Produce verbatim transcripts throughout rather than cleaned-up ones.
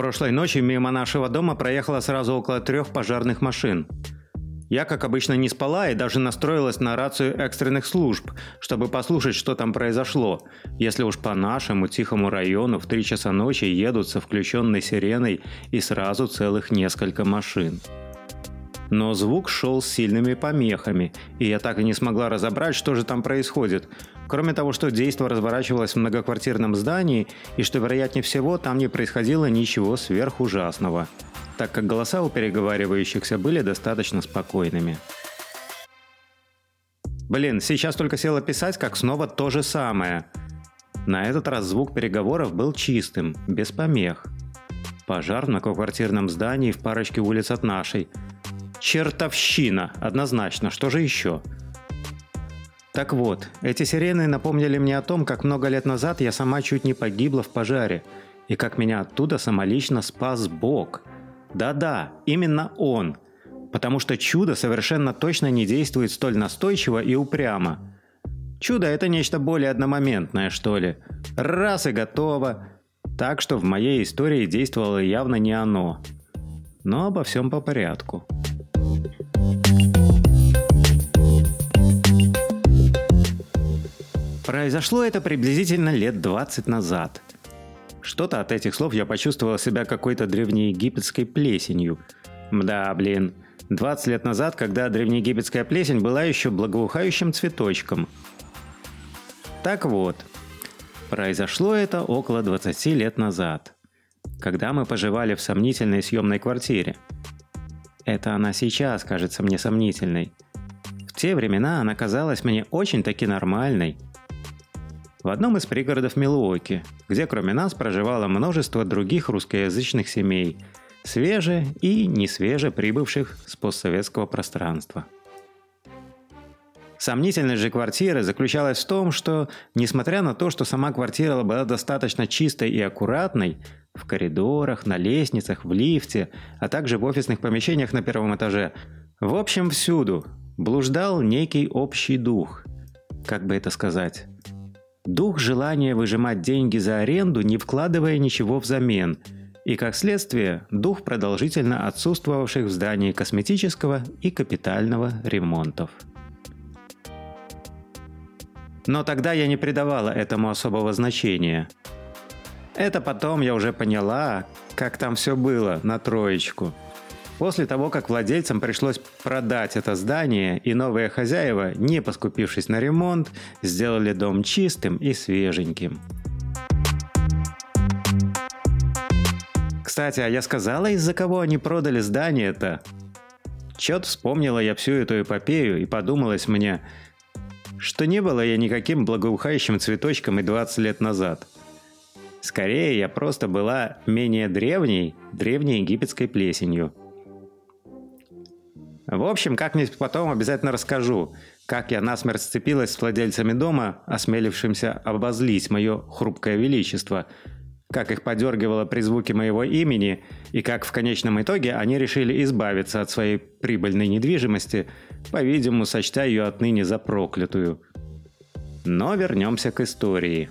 Прошлой ночью мимо нашего дома проехало сразу около трех пожарных машин. Я, как обычно, не спала и даже настроилась на рацию экстренных служб, чтобы послушать, что там произошло, если уж по нашему тихому району в три часа ночи едут со включенной сиреной и сразу целых несколько машин. Но звук шел с сильными помехами, и я так и не смогла разобрать, что же там происходит, кроме того, что действо разворачивалось в многоквартирном здании и что, вероятнее всего, там не происходило ничего сверхужасного, так как голоса у переговаривающихся были достаточно спокойными. Блин, сейчас только села писать, как снова то же самое. На этот раз звук переговоров был чистым, без помех. Пожар в многоквартирном здании в парочке улиц от нашей. Чертовщина, однозначно, что же еще? Так вот, эти сирены напомнили мне о том, как много лет назад я сама чуть не погибла в пожаре, и как меня оттуда самолично спас Бог. Да-да, именно Он, потому что чудо совершенно точно не действует столь настойчиво и упрямо. Чудо – это нечто более одномоментное, что ли. Раз и готово. Так что в моей истории действовало явно не оно. Но обо всем по порядку. Произошло это приблизительно лет двадцать назад. Что-то от этих слов я почувствовал себя какой-то древнеегипетской плесенью. Мда, блин. двадцать лет назад, когда древнеегипетская плесень была еще благоухающим цветочком. Так вот, произошло это около двадцати лет назад, когда мы поживали в сомнительной съемной квартире. Это она сейчас кажется мне сомнительной. В те времена она казалась мне очень-таки нормальной. В одном из пригородов Милуоки, где кроме нас проживало множество других русскоязычных семей, свеже и несвеже прибывших с постсоветского пространства. Сомнительность же квартиры заключалась в том, что, несмотря на то, что сама квартира была достаточно чистой и аккуратной, в коридорах, на лестницах, в лифте, а также в офисных помещениях на первом этаже, в общем, всюду блуждал некий общий дух. Как бы это сказать? Дух желания выжимать деньги за аренду, не вкладывая ничего взамен, и, как следствие, дух продолжительно отсутствовавших в здании косметического и капитального ремонтов. Но тогда я не придавала этому особого значения. Это потом я уже поняла, как там все было на троечку. После того, как владельцам пришлось продать это здание, и новые хозяева, не поскупившись на ремонт, сделали дом чистым и свеженьким. Кстати, а я сказала, из-за кого они продали здание-то? Чё-то вспомнила я всю эту эпопею и подумалось мне, что не было я никаким благоухающим цветочком и двадцать лет назад. Скорее, я просто была менее древней, древнеегипетской плесенью. В общем, как-нибудь потом обязательно расскажу, как я насмерть сцепилась с владельцами дома, осмелившимся обозлить мое хрупкое величество, как их подергивало при звуке моего имени, и как в конечном итоге они решили избавиться от своей прибыльной недвижимости, по-видимому, сочтя ее отныне за проклятую. Но вернемся к истории.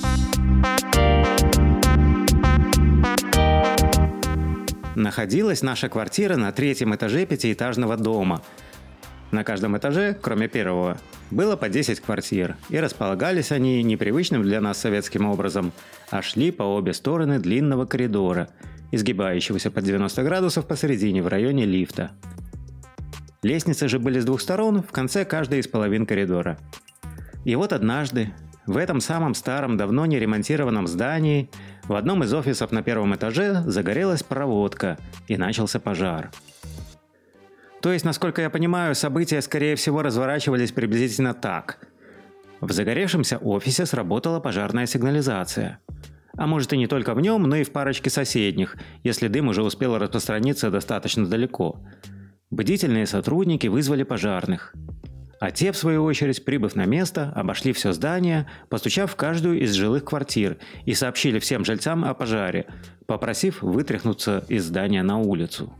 Находилась наша квартира на третьем этаже пятиэтажного дома. На каждом этаже, кроме первого, было по десять квартир, и располагались они непривычным для нас советским образом, а шли по обе стороны длинного коридора, изгибающегося под девяносто градусов посередине в районе лифта. Лестницы же были с двух сторон, в конце каждой из половин коридора. И вот однажды, в этом самом старом, давно не ремонтированном здании, в одном из офисов на первом этаже загорелась проводка, и начался пожар. То есть, насколько я понимаю, события, скорее всего, разворачивались приблизительно так. В загоревшемся офисе сработала пожарная сигнализация. А может и не только в нем, но и в парочке соседних, если дым уже успел распространиться достаточно далеко. Бдительные сотрудники вызвали пожарных. А те, в свою очередь, прибыв на место, обошли все здание, постучав в каждую из жилых квартир и сообщили всем жильцам о пожаре, попросив вытряхнуться из здания на улицу.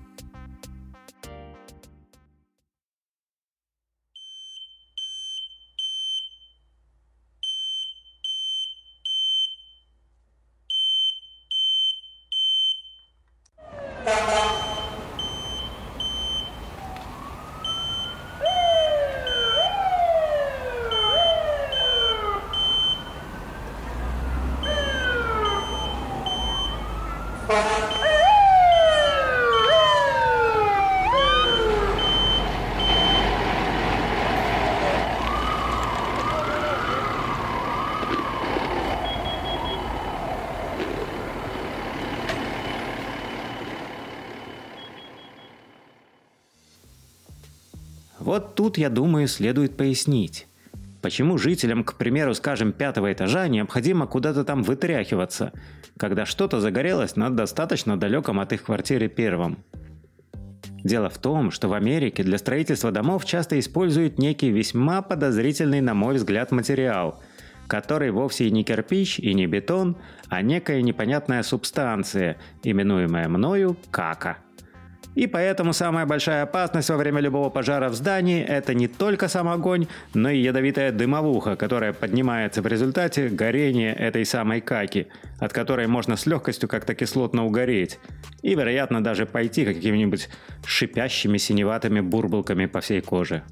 Вот тут, я думаю, следует пояснить, почему жителям, к примеру, скажем, пятого этажа необходимо куда-то там вытряхиваться, когда что-то загорелось на достаточно далеком от их квартиры первом. Дело в том, что в Америке для строительства домов часто используют некий весьма подозрительный, на мой взгляд, материал, который вовсе и не кирпич и не бетон, а некая непонятная субстанция, именуемая мною кака. И поэтому самая большая опасность во время любого пожара в здании – это не только сам огонь, но и ядовитая дымовуха, которая поднимается в результате горения этой самой каки, от которой можно с легкостью как-то кислотно угореть и, вероятно, даже пойти какими-нибудь шипящими синеватыми бурбалками по всей коже.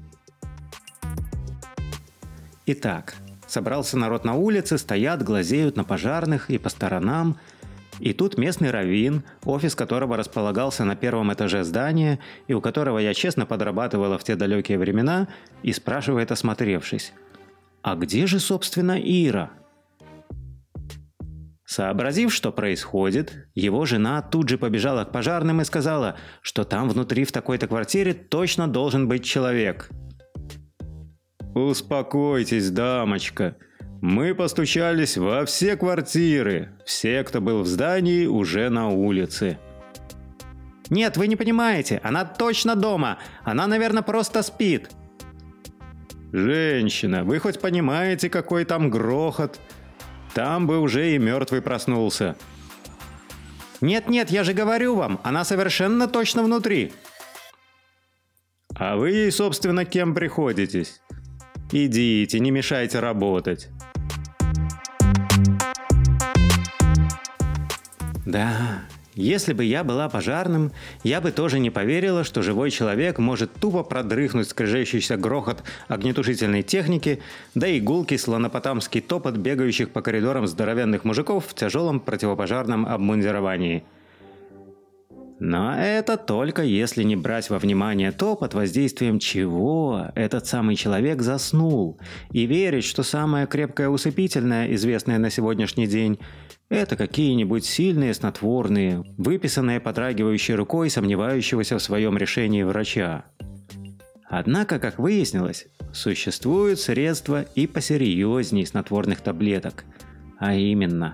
Итак, собрался народ на улице, стоят, глазеют на пожарных и по сторонам. И тут местный раввин, офис которого располагался на первом этаже здания, и у которого я честно подрабатывала в те далекие времена, и спрашивает, осмотревшись: «А где же, собственно, Ира?» Сообразив, что происходит, его жена тут же побежала к пожарным и сказала, что там внутри в такой-то квартире точно должен быть человек. «Успокойтесь, дамочка. Мы постучались во все квартиры. Все, кто был в здании, уже на улице». «Нет, вы не понимаете. Она точно дома. Она, наверное, просто спит». «Женщина, вы хоть понимаете, какой там грохот? Там бы уже и мертвый проснулся». «Нет-нет, я же говорю вам, она совершенно точно внутри». «А вы ей, собственно, кем приходитесь? Идите, не мешайте работать». Да, если бы я была пожарным, я бы тоже не поверила, что живой человек может тупо продрыхнуть скрежещущийся грохот огнетушительной техники, да и гулкий слонопотамский топот бегающих по коридорам здоровенных мужиков в тяжелом противопожарном обмундировании. Но это только если не брать во внимание то, под воздействием чего этот самый человек заснул, и верить, что самое крепкое усыпительное, известное на сегодняшний день, это какие-нибудь сильные снотворные, выписанные подрагивающей рукой сомневающегося в своем решении врача. Однако, как выяснилось, существуют средства и посерьезней снотворных таблеток, а именно...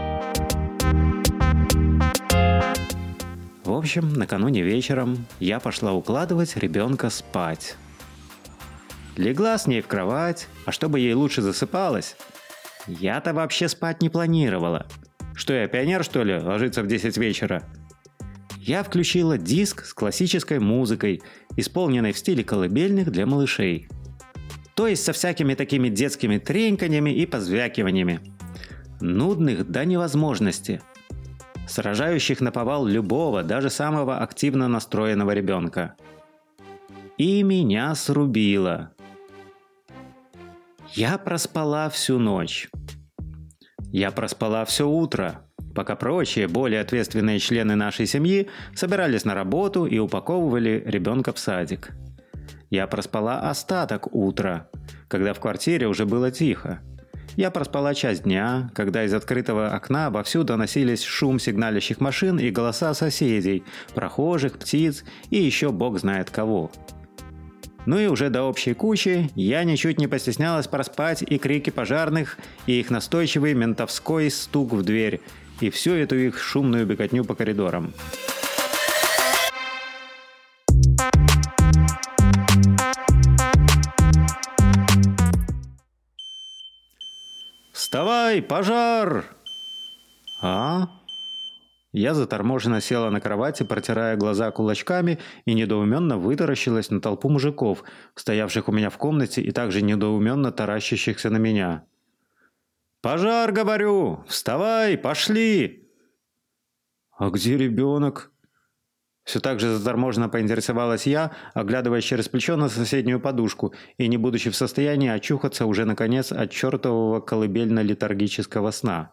В общем, накануне вечером я пошла укладывать ребенка спать. Легла с ней в кровать, а чтобы ей лучше засыпалось, я-то вообще спать не планировала. Что я, пионер, что ли, ложиться в десять вечера? Я включила диск с классической музыкой, исполненной в стиле колыбельных для малышей. То есть со всякими такими детскими треньканьями и позвякиваниями. Нудных до невозможности. Сражающих наповал любого, даже самого активно настроенного ребенка. И меня срубило. Я проспала всю ночь. Я проспала все утро, пока прочие, более ответственные члены нашей семьи собирались на работу и упаковывали ребенка в садик. Я проспала остаток утра, когда в квартире уже было тихо. Я проспала часть дня, когда из открытого окна вовсю доносились шум сигналящих машин и голоса соседей, прохожих, птиц и еще бог знает кого. Ну и уже до общей кучи я ничуть не постеснялась проспать и крики пожарных, и их настойчивый ментовской стук в дверь, и всю эту их шумную беготню по коридорам. «Вставай, пожар!» «А?» Я заторможенно села на кровати, протирая глаза кулачками, и недоуменно вытаращилась на толпу мужиков, стоявших у меня в комнате и также недоуменно таращащихся на меня. «Пожар, говорю! Вставай, пошли!» «А где ребенок?» Все так же заторможенно поинтересовалась я, оглядываясь через плечо на соседнюю подушку и не будучи в состоянии очухаться уже наконец от чертового колыбельно-летаргического сна.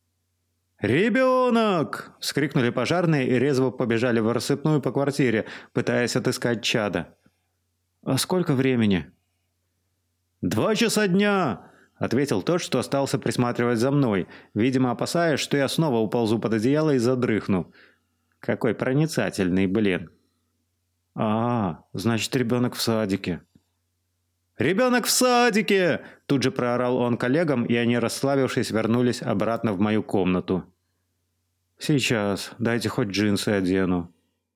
«Ребенок!» – вскрикнули пожарные и резво побежали в рассыпную по квартире, пытаясь отыскать чада. «А сколько времени?» «Два часа дня!» – ответил тот, что остался присматривать за мной, видимо, опасаясь, что я снова уползу под одеяло и задрыхну. Какой проницательный, блин. А, значит, ребенок в садике. «Ребенок в садике!» Тут же проорал он коллегам, и они, расслабившись, вернулись обратно в мою комнату. «Сейчас, дайте хоть джинсы одену».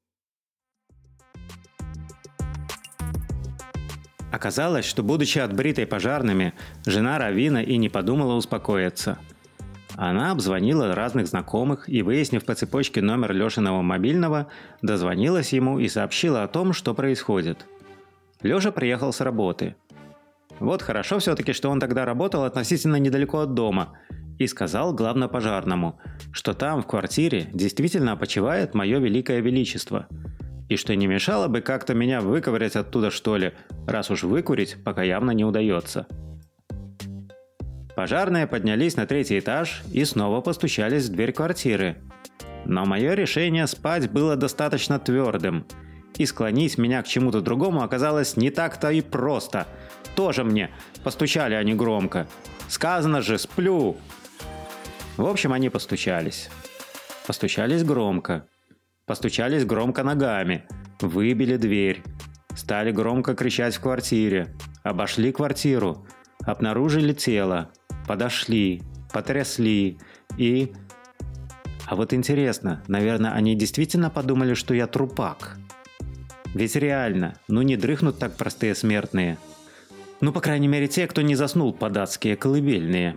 Оказалось, что, будучи отбритой пожарными, жена Равина и не подумала успокоиться. Она обзвонила разных знакомых и, выяснив по цепочке номер Лешиного мобильного, дозвонилась ему и сообщила о том, что происходит. Леша приехал с работы. Вот хорошо все-таки, что он тогда работал относительно недалеко от дома, и сказал главнопожарному, что там, в квартире, действительно опочивает мое великое величество, и что не мешало бы как-то меня выковырять оттуда, что ли, раз уж выкурить пока явно не удается. Пожарные поднялись на третий этаж и снова постучались в дверь квартиры. Но мое решение спать было достаточно твердым, и склонить меня к чему-то другому оказалось не так-то и просто. Тоже мне постучали они громко. Сказано же, сплю. В общем, они постучались. Постучались громко. Постучались громко ногами. Выбили дверь. Стали громко кричать в квартире. Обошли квартиру. Обнаружили тело. Подошли. Потрясли. И... А вот интересно, наверное, они действительно подумали, что я трупак. Ведь реально, ну не дрыхнут так простые смертные. Ну, по крайней мере, те, кто не заснул под адские колыбельные.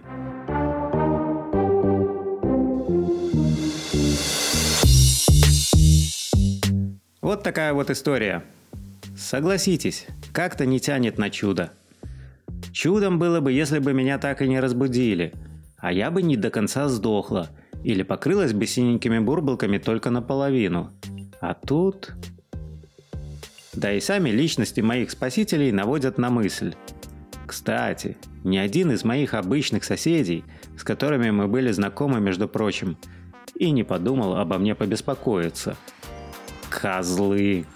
Вот такая вот история. Согласитесь, как-то не тянет на чудо. Чудом было бы, если бы меня так и не разбудили, а я бы не до конца сдохла или покрылась бы синенькими бурбалками только наполовину. А тут... Да и сами личности моих спасителей наводят на мысль. Кстати, ни один из моих обычных соседей, с которыми мы были знакомы, между прочим, и не подумал обо мне побеспокоиться. Козлы!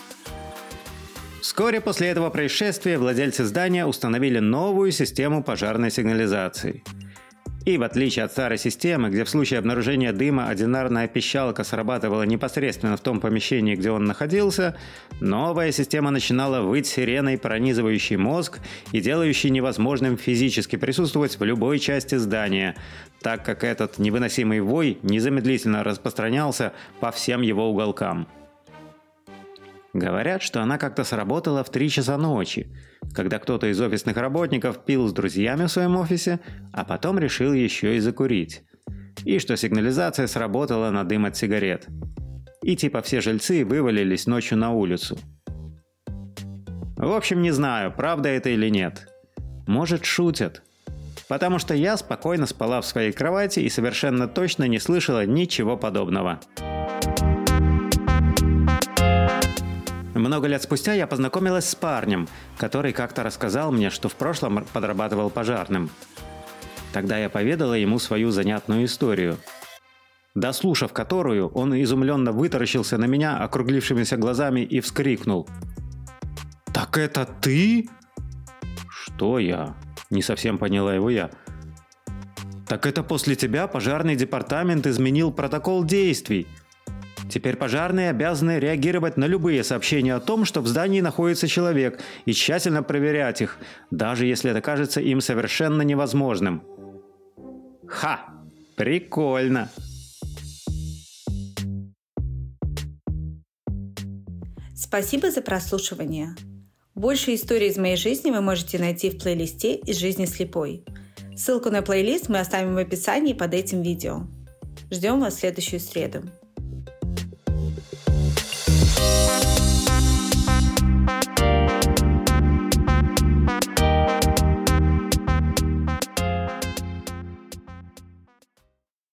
Вскоре после этого происшествия владельцы здания установили новую систему пожарной сигнализации. И в отличие от старой системы, где в случае обнаружения дыма одинарная пищалка срабатывала непосредственно в том помещении, где он находился, новая система начинала выть сиреной, пронизывающей мозг и делающей невозможным физически присутствовать в любой части здания, так как этот невыносимый вой незамедлительно распространялся по всем его уголкам. Говорят, что она как-то сработала в три часа ночи, когда кто-то из офисных работников пил с друзьями в своем офисе, а потом решил еще и закурить. И что сигнализация сработала на дым от сигарет. И типа все жильцы вывалились ночью на улицу. В общем, не знаю, правда это или нет. Может, шутят. Потому что я спокойно спала в своей кровати и совершенно точно не слышала ничего подобного. Много лет спустя я познакомилась с парнем, который как-то рассказал мне, что в прошлом подрабатывал пожарным. Тогда я поведала ему свою занятную историю, дослушав которую, он изумленно вытаращился на меня округлившимися глазами и вскрикнул: «Так это ты?» «Что я?» – не совсем поняла его я. «Так это после тебя пожарный департамент изменил протокол действий. Теперь пожарные обязаны реагировать на любые сообщения о том, что в здании находится человек, и тщательно проверять их, даже если это кажется им совершенно невозможным». Ха! Прикольно! Спасибо за прослушивание. Больше историй из моей жизни вы можете найти в плейлисте «Из жизни слепой». Ссылку на плейлист мы оставим в описании под этим видео. Ждем вас в следующую среду.